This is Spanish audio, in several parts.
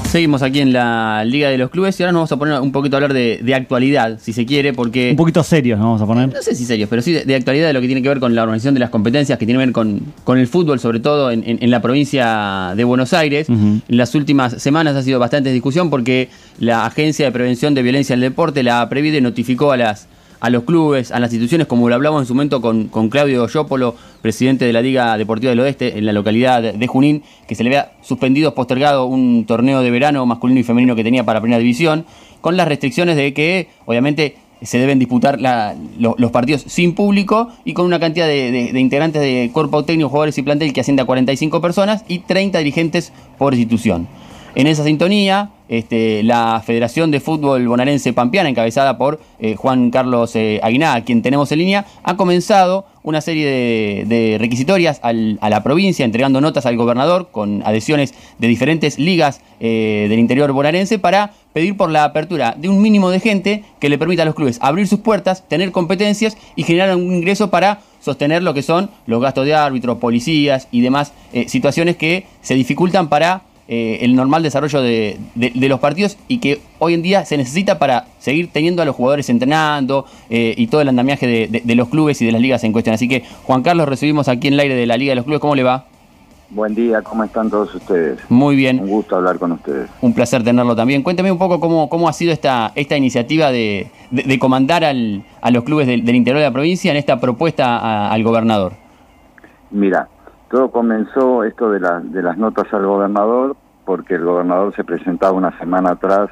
Seguimos aquí en la Liga de los Clubes y ahora nos vamos a poner un poquito a hablar de actualidad, si se quiere, porque... Un poquito serios nos vamos a poner. No sé si serios, pero sí de actualidad, de lo que tiene que ver con la organización de las competencias, que tiene que ver con el fútbol, sobre todo en la provincia de Buenos Aires. En las últimas semanas ha sido bastante discusión porque la Agencia de Prevención de Violencia en el Deporte, la Previde, notificó a los clubes, a las instituciones, como lo hablamos en su momento con Claudio Yopolo, presidente de la Liga Deportiva del Oeste, en la localidad de Junín, que se le había suspendido, postergado un torneo de verano masculino y femenino que tenía para Primera División, con las restricciones de que, obviamente, se deben disputar los partidos sin público y con una cantidad de integrantes de cuerpo técnico, jugadores y plantel que asciende a 45 personas y 30 dirigentes por institución. En esa sintonía, la Federación de Fútbol Bonaerense Pampeana, encabezada por Juan Carlos Aguinaga, quien tenemos en línea, ha comenzado una serie de requisitorias a la provincia, entregando notas al gobernador con adhesiones de diferentes ligas del interior bonaerense para pedir por la apertura de un mínimo de gente que le permita a los clubes abrir sus puertas, tener competencias y generar un ingreso para sostener lo que son los gastos de árbitros, policías y demás situaciones que se dificultan para el normal desarrollo de los partidos y que hoy en día se necesita para seguir teniendo a los jugadores entrenando y todo el andamiaje de los clubes y de las ligas en cuestión. Así que, Juan Carlos, recibimos aquí en el aire de la Liga de los Clubes. ¿Cómo le va? Buen día, ¿cómo están todos ustedes? Muy bien. Un gusto hablar con ustedes. Un placer tenerlo también. Cuénteme un poco cómo ha sido esta iniciativa de comandar a los clubes del interior de la provincia en esta propuesta al gobernador. Mira, todo comenzó esto de las notas al gobernador porque el gobernador se presentaba una semana atrás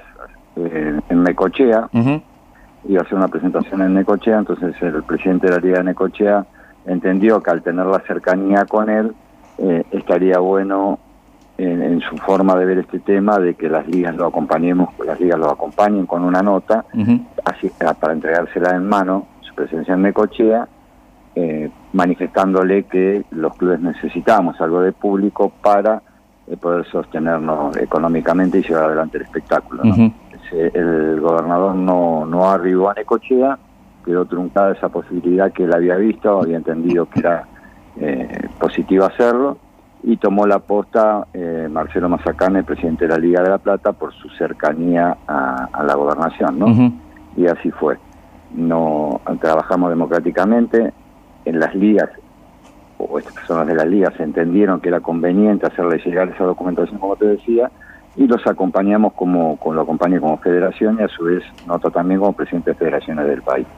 en Necochea, iba a hacer una presentación en Necochea, entonces el presidente de la Liga de Necochea entendió que al tener la cercanía con él, estaría bueno en su forma de ver este tema de que las ligas lo acompañen con una nota, así para entregársela en mano, su presencia en Necochea, manifestándole que los clubes necesitamos algo de público para poder sostenernos económicamente y llevar adelante el espectáculo, ¿no? El gobernador no arribó a Necochea, quedó truncada esa posibilidad que él había visto, había entendido que era positivo hacerlo, y tomó la posta Marcelo Mazacane, el presidente de la Liga de la Plata, por su cercanía a la gobernación, ¿no? Y así fue. Trabajamos democráticamente en las ligas, o estas personas de las ligas entendieron que era conveniente hacerle llegar esa documentación, como te decía, y los acompañamos lo acompañé como federación y a su vez nota también como presidente de federaciones del país.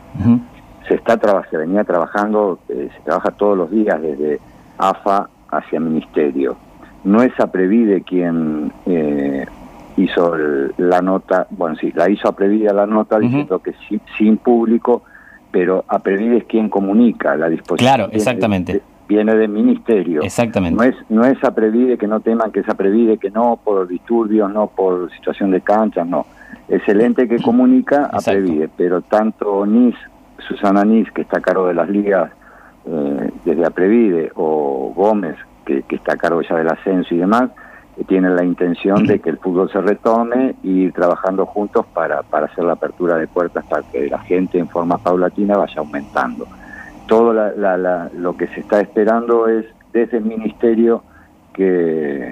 Se venía trabajando, se trabaja todos los días desde AFA hacia Ministerio. No es APREVIDE quien hizo la nota, bueno sí, la hizo APREVIDE la nota diciendo que sin público, pero APREVIDE es quien comunica la disposición. Claro, exactamente. Viene del Ministerio. Exactamente. No es APREVIDE, que no teman que es APREVIDE, que no por disturbios, no por situación de canchas, no. Es el ente que comunica APREVIDE, pero tanto Susana Nis, que está a cargo de las ligas desde APREVIDE, o Gómez, que está a cargo ya del ascenso y demás, tienen la intención de que el fútbol se retome y ir trabajando juntos para hacer la apertura de puertas para que la gente en forma paulatina vaya aumentando. Todo lo que se está esperando es desde el Ministerio que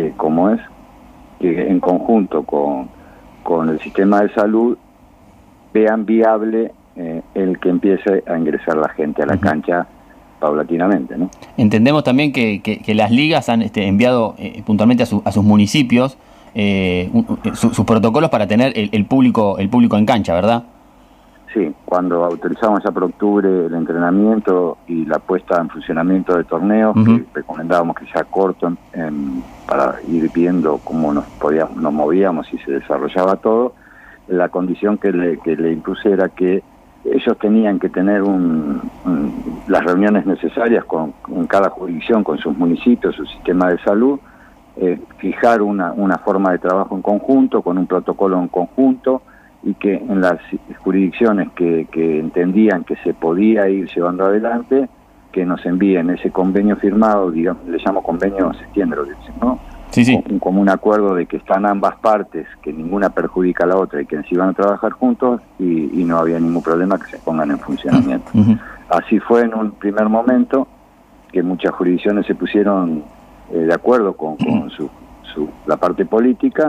en conjunto con el sistema de salud vean viable el que empiece a ingresar la gente a la cancha paulatinamente, ¿no? Entendemos también que las ligas han enviado puntualmente a sus municipios sus protocolos para tener el público en cancha, ¿verdad? Sí, cuando autorizamos ya por octubre el entrenamiento y la puesta en funcionamiento de torneos, que recomendábamos que sea corto para ir viendo cómo nos movíamos y se desarrollaba todo, la condición que le impuse era que ellos tenían que tener las reuniones necesarias con cada jurisdicción, con sus municipios, su sistema de salud, fijar una forma de trabajo en conjunto, con un protocolo en conjunto, y que en las jurisdicciones que entendían que se podía ir llevando adelante, que nos envíen ese convenio firmado, digamos, le llamo convenio, se entiende lo que dicen, ¿no? Sí. Como un acuerdo de que están ambas partes, que ninguna perjudica a la otra y que se iban a trabajar juntos y no había ningún problema que se pongan en funcionamiento. Así fue en un primer momento, que muchas jurisdicciones se pusieron de acuerdo con la parte política,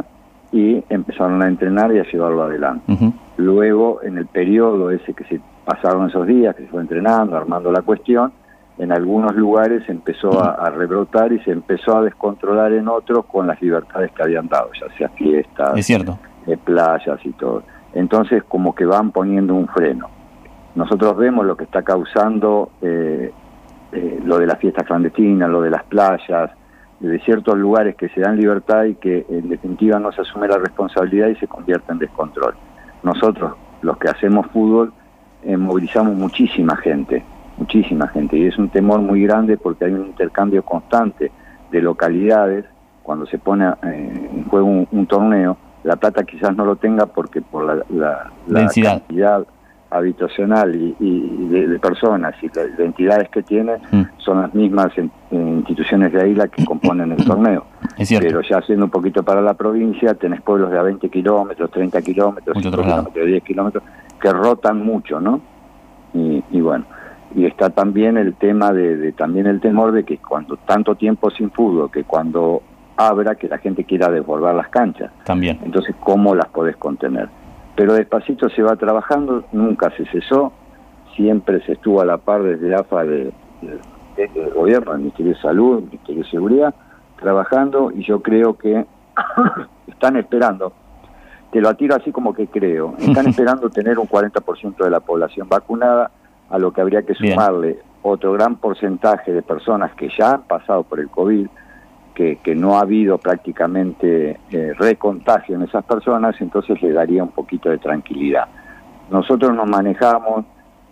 y empezaron a entrenar y a llevarlo adelante. Luego, en el periodo ese que se pasaron esos días, que se fue entrenando, armando la cuestión, en algunos lugares empezó a rebrotar y se empezó a descontrolar en otros con las libertades que habían dado, ya sea fiestas, es cierto, playas y todo. Entonces, como que van poniendo un freno. Nosotros vemos lo que está causando lo de las fiestas clandestinas, lo de las playas, de ciertos lugares que se dan libertad y que en definitiva no se asume la responsabilidad y se convierte en descontrol. Nosotros, los que hacemos fútbol, movilizamos muchísima gente, y es un temor muy grande porque hay un intercambio constante de localidades. Cuando se pone en juego un torneo, La Plata quizás no lo tenga porque por la cantidad habitacional y de personas y de entidades que tiene son las mismas instituciones de ahí las que componen el torneo. Pero ya siendo un poquito para la provincia, tenés pueblos de a 20 kilómetros, 30 kilómetros, 5 kilómetros, 10 kilómetros, que rotan mucho, ¿no? Y bueno, y está también el tema también el temor de que cuando tanto tiempo sin fútbol, que cuando abra, que la gente quiera desbordar las canchas. También. Entonces, ¿cómo las podés contener? Pero despacito se va trabajando, nunca se cesó, siempre se estuvo a la par desde el AFA del gobierno, del Ministerio de Salud, del Ministerio de Seguridad, trabajando, y yo creo que están esperando, te lo atiro así como que creo, están esperando tener un 40% de la población vacunada, a lo que habría que sumarle otro gran porcentaje de personas que ya han pasado por el COVID, que no ha habido prácticamente recontagio en esas personas, entonces le daría un poquito de tranquilidad. Nosotros nos manejamos,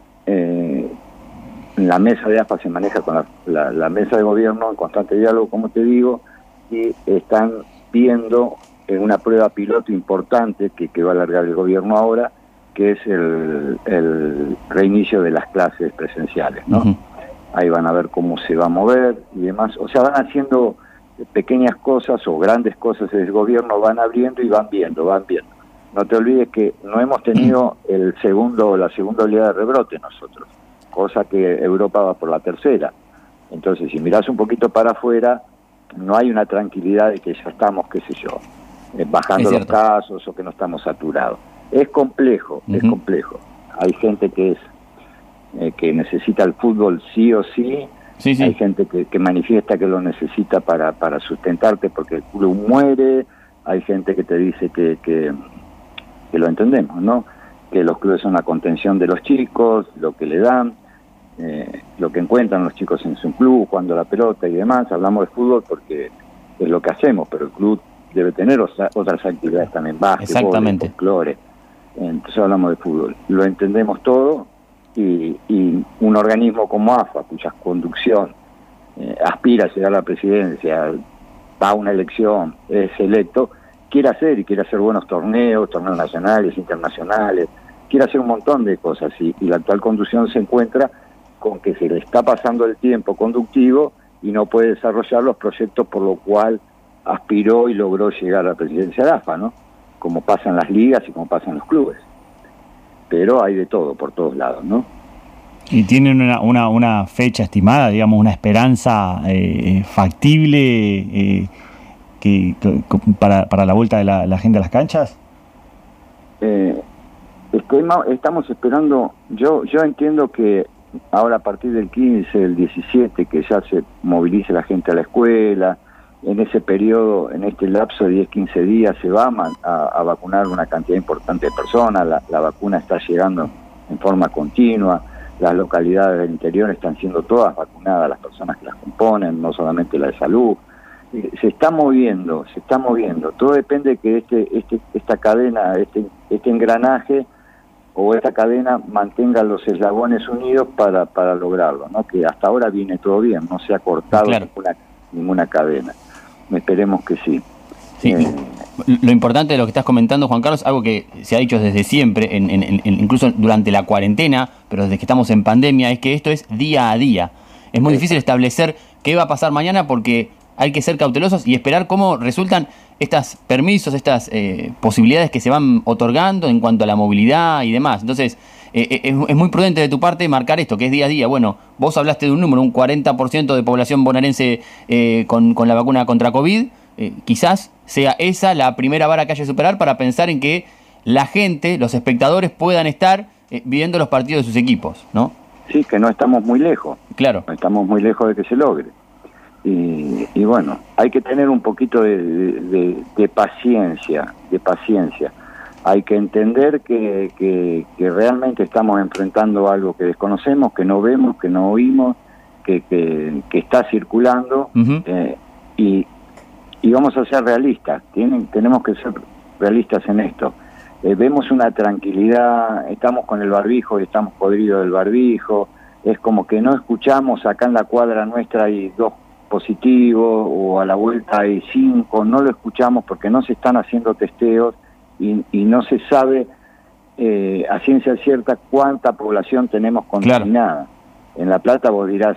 la mesa de AFA se maneja con la mesa de gobierno en constante diálogo, como te digo, y están viendo una prueba piloto importante que va a alargar el gobierno ahora, que es el reinicio de las clases presenciales, ¿no? Ahí van a ver cómo se va a mover y demás, o sea, van haciendo pequeñas cosas o grandes cosas del gobierno, van abriendo y van viendo. No te olvides que no hemos tenido la segunda oleada de rebrote nosotros, cosa que Europa va por la tercera. Entonces, si mirás un poquito para afuera, no hay una tranquilidad de que ya estamos, qué sé yo, bajando los casos o que no estamos saturados. Es complejo, es complejo. Hay gente que necesita el fútbol sí o sí. Hay gente que manifiesta que lo necesita para sustentarte porque el club muere. Hay gente que te dice que lo entendemos, ¿no? Que los clubes son la contención de los chicos, lo que le dan, lo que encuentran los chicos en su club, jugando la pelota y demás. Hablamos de fútbol porque es lo que hacemos, pero el club debe tener otras actividades también, básquetbol, folclore. Entonces hablamos de fútbol. Lo entendemos todo. Y un organismo como AFA, cuya conducción aspira a llegar a la presidencia, va a una elección, es electo, quiere hacer buenos torneos nacionales, internacionales, quiere hacer un montón de cosas, y la actual conducción se encuentra con que se le está pasando el tiempo conductivo y no puede desarrollar los proyectos por lo cual aspiró y logró llegar a la presidencia de AFA, ¿no? Como pasa en las ligas y como pasa en los clubes. Pero hay de todo, por todos lados, ¿no? ¿Y tienen una fecha estimada, digamos, una esperanza factible para la vuelta de la gente a las canchas? Estamos esperando, yo entiendo que ahora a partir del 15, del 17, que ya se movilice la gente a la escuela, en ese periodo, en este lapso de 10-15 días, se va a vacunar una cantidad importante de personas, la vacuna está llegando en forma continua, las localidades del interior están siendo todas vacunadas, las personas que las componen, no solamente la de salud. Se está moviendo, todo depende de que esta cadena, este engranaje o esta cadena mantenga los eslabones unidos para lograrlo, ¿no? Que hasta ahora viene todo bien, no se ha cortado ninguna cadena. Esperemos que sí. Lo importante de lo que estás comentando, Juan Carlos, algo que se ha dicho desde siempre, incluso durante la cuarentena, pero desde que estamos en pandemia, es que esto es día a día. Es muy difícil establecer qué va a pasar mañana porque hay que ser cautelosos y esperar cómo resultan estos permisos, estas posibilidades que se van otorgando en cuanto a la movilidad y demás. Entonces, es muy prudente de tu parte marcar esto, que es día a día. Bueno, vos hablaste de un número, un 40% de población bonaerense con la vacuna contra COVID, quizás sea esa la primera vara que haya que superar para pensar en que la gente, los espectadores puedan estar viendo los partidos de sus equipos, ¿no? Sí, que no estamos muy lejos. Claro. No estamos muy lejos de que se logre. Y bueno, hay que tener un poquito de paciencia, Hay que entender que realmente estamos enfrentando algo que desconocemos, que no vemos, que no oímos, que está circulando, y vamos a ser realistas. Tenemos que ser realistas en esto. Vemos una tranquilidad, estamos con el barbijo y estamos podridos del barbijo, es como que no escuchamos, acá en la cuadra nuestra hay 2 positivos, o a la vuelta hay 5, no lo escuchamos porque no se están haciendo testeos y no se sabe a ciencia cierta cuánta población tenemos contaminada. Claro. En La Plata vos dirás,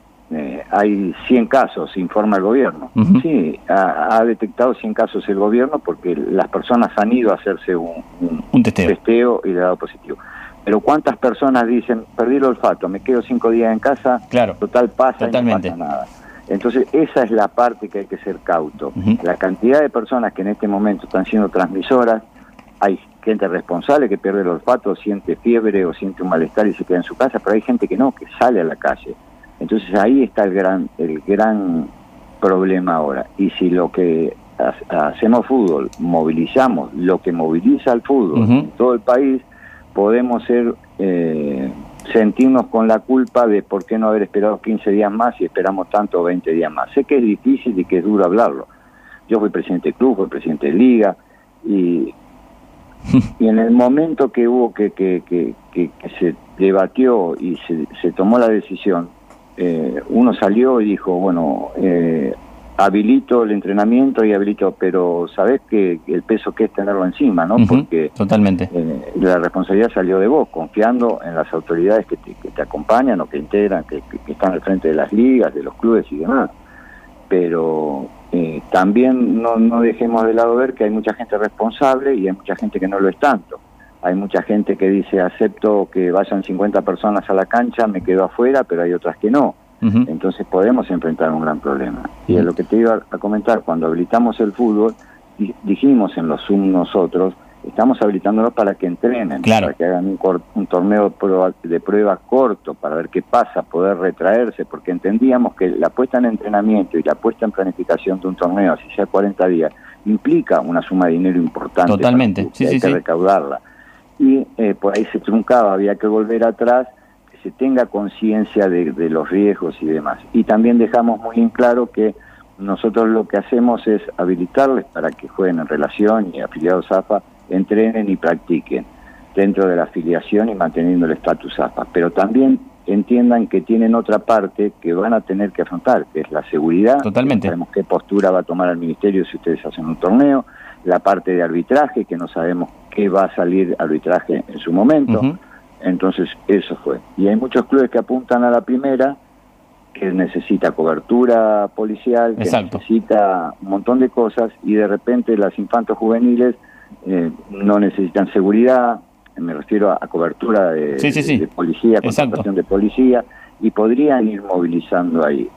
hay 100 casos, informa el gobierno. Sí, ha detectado 100 casos el gobierno porque las personas han ido a hacerse un testeo y le ha dado positivo. Pero ¿cuántas personas dicen, perdí el olfato, me quedo 5 días en casa, claro, total pasa totalmente. Y no pasa nada? Entonces esa es la parte que hay que ser cauto. La cantidad de personas que en este momento están siendo transmisoras, hay gente responsable que pierde el olfato, siente fiebre o siente un malestar y se queda en su casa, pero hay gente que no, que sale a la calle. Entonces ahí está el gran problema ahora. Y si lo que hacemos fútbol, movilizamos lo que moviliza el fútbol en todo el país, podemos sentirnos con la culpa de por qué no haber esperado 15 días más y esperamos tanto 20 días más. Sé que es difícil y que es duro hablarlo. Yo fui presidente de club, fui presidente de liga, y en el momento que hubo que se debatió y se tomó la decisión, uno salió y dijo, bueno, habilito el entrenamiento y habilito, pero sabés que el peso que es tenerlo encima, ¿no? Porque totalmente. La responsabilidad salió de vos, confiando en las autoridades que te acompañan o que integran, que están al frente de las ligas, de los clubes y demás. Pero también no dejemos de lado ver que hay mucha gente responsable y hay mucha gente que no lo es tanto. Hay mucha gente que dice, acepto que vayan 50 personas a la cancha, me quedo afuera, pero hay otras que no. Entonces podemos enfrentar un gran problema. Y es lo que te iba a comentar, cuando habilitamos el fútbol, dijimos en los Zoom nosotros, estamos habilitándolos para que entrenen, claro, para que hagan un torneo de prueba corto, para ver qué pasa, poder retraerse, porque entendíamos que la puesta en entrenamiento y la puesta en planificación de un torneo, así sea 40 días, implica una suma de dinero importante. Totalmente, hay que recaudarla. Y por ahí se truncaba, había que volver atrás, que se tenga conciencia de los riesgos y demás. Y también dejamos muy en claro que nosotros lo que hacemos es habilitarles para que jueguen en relación y afiliados AFA, entrenen y practiquen dentro de la afiliación y manteniendo el estatus AFA. Pero también entiendan que tienen otra parte que van a tener que afrontar, que es la seguridad. Totalmente. No sabemos qué postura va a tomar el ministerio si ustedes hacen un torneo, la parte de arbitraje, que no sabemos qué va a salir arbitraje en su momento. Entonces eso fue. Y hay muchos clubes que apuntan a la primera, que necesita cobertura policial, que necesita un montón de cosas, y de repente las infantos juveniles no necesitan seguridad, me refiero a cobertura de policía, contratación de policía, y podrían ir movilizando ahí.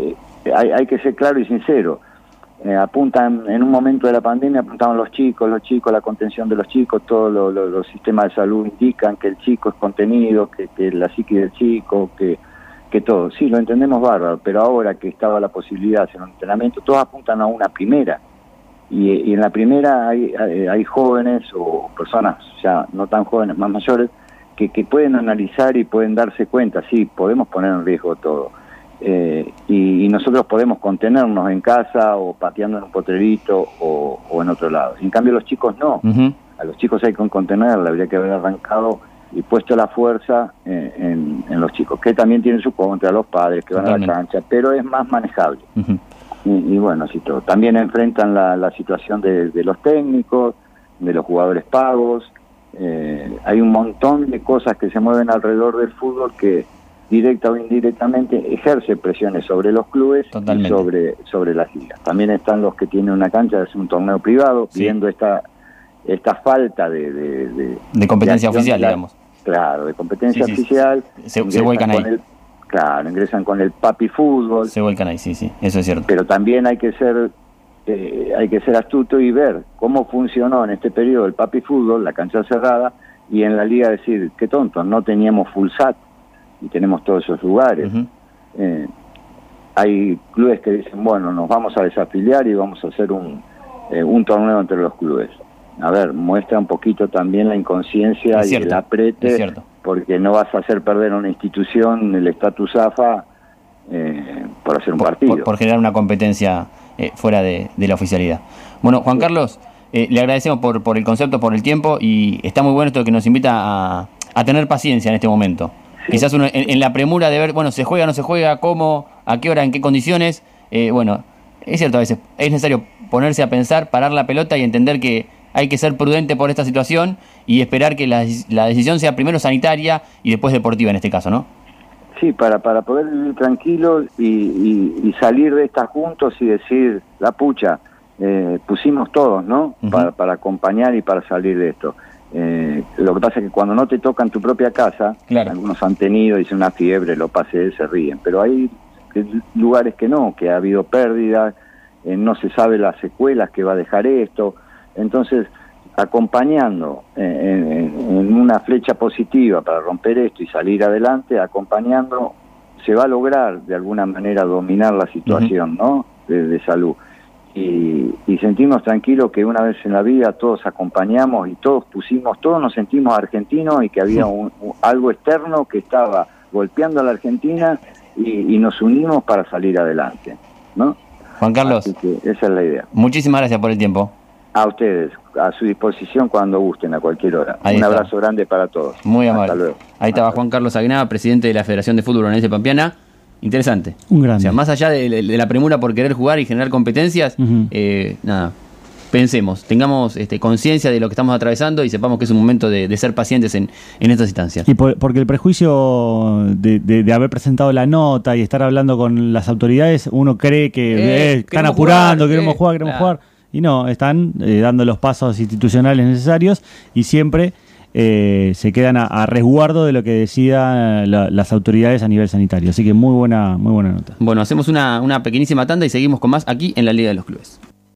Hay que ser claro y sincero. Apuntan, en un momento de la pandemia apuntaban los chicos, la contención de los chicos, todos los sistemas de salud indican que el chico es contenido, que la psique del chico, que todo. Sí, lo entendemos bárbaro, pero ahora que estaba la posibilidad de hacer un entrenamiento, todos apuntan a una primera. Y en la primera hay jóvenes o personas ya no tan jóvenes, más mayores, que pueden analizar y pueden darse cuenta, sí, podemos poner en riesgo todo. Y nosotros podemos contenernos en casa o pateando en un potrerito o en otro lado. En cambio los chicos no. A los chicos hay que contenerla, habría que haber arrancado y puesto la fuerza en los chicos, que también tienen su contra, los padres que van a la cancha, pero es más manejable. Y bueno, así todo. También enfrentan la situación de los técnicos, de los jugadores pagos. Hay un montón de cosas que se mueven alrededor del fútbol que directa o indirectamente ejerce presiones sobre los clubes y sobre las ligas. También están los que tienen una cancha, es un torneo privado, viendo esta falta de competencia oficial, digamos. Claro, de competencia oficial. Se vuelcan ahí. Ingresan con el papi fútbol. Se vuelcan ahí, sí, eso es cierto. Pero también hay que ser hay que ser astuto y ver cómo funcionó en este periodo el papi fútbol, la cancha cerrada, y en la liga decir, qué tonto, no teníamos full sat y tenemos todos esos lugares. Hay clubes que dicen, bueno, nos vamos a desafiliar y vamos a hacer un torneo entre los clubes. A ver, muestra un poquito también la inconsciencia y el aprete, porque no vas a hacer perder a una institución el estatus AFA por hacer un partido. Por generar una competencia fuera de la oficialidad. Bueno, Juan Carlos, le agradecemos por el concepto, por el tiempo, y está muy bueno esto que nos invita a tener paciencia en este momento. Sí. Quizás uno en la premura de ver, bueno, se juega, no se juega, cómo, a qué hora, en qué condiciones, bueno, es cierto, a veces es necesario ponerse a pensar, parar la pelota y entender que hay que ser prudente por esta situación y esperar que la decisión sea primero sanitaria y después deportiva en este caso, ¿no? Sí, para poder vivir tranquilo y salir de esta juntos y decir, la pucha, pusimos todos, ¿no? Para acompañar y para salir de esto. Lo que pasa es que cuando no te toca en tu propia casa, algunos han tenido, dicen una fiebre, lo pasé, se ríen, pero hay lugares que no, que ha habido pérdidas, no se sabe las secuelas que va a dejar esto, entonces acompañando en una flecha positiva para romper esto y salir adelante, acompañando, se va a lograr de alguna manera dominar la situación, ¿no? De salud. Y sentirnos tranquilos que una vez en la vida todos acompañamos y todos nos sentimos argentinos y que había algo externo que estaba golpeando a la Argentina y nos unimos para salir adelante, ¿no? Juan Carlos, así que esa es la idea. Muchísimas gracias por el tiempo. A ustedes, a su disposición cuando gusten, a cualquier hora. Un abrazo grande para todos. Muy amable. Hasta luego. Ahí estaba Juan Carlos Aguinaga, presidente de la Federación de Fútbol Bonaerense Pampeana. Interesante. Un grande. O sea, más allá de la premura por querer jugar y generar competencias, nada, pensemos, tengamos conciencia de lo que estamos atravesando y sepamos que es un momento de ser pacientes en estas instancias. Y porque el prejuicio de haber presentado la nota y estar hablando con las autoridades, uno cree que están apurando, queremos jugar. Y no, están dando los pasos institucionales necesarios y siempre se quedan a resguardo de lo que decidan las autoridades a nivel sanitario. Así que muy buena nota. Bueno, hacemos una pequeñísima tanda y seguimos con más aquí en la Liga de los Clubes.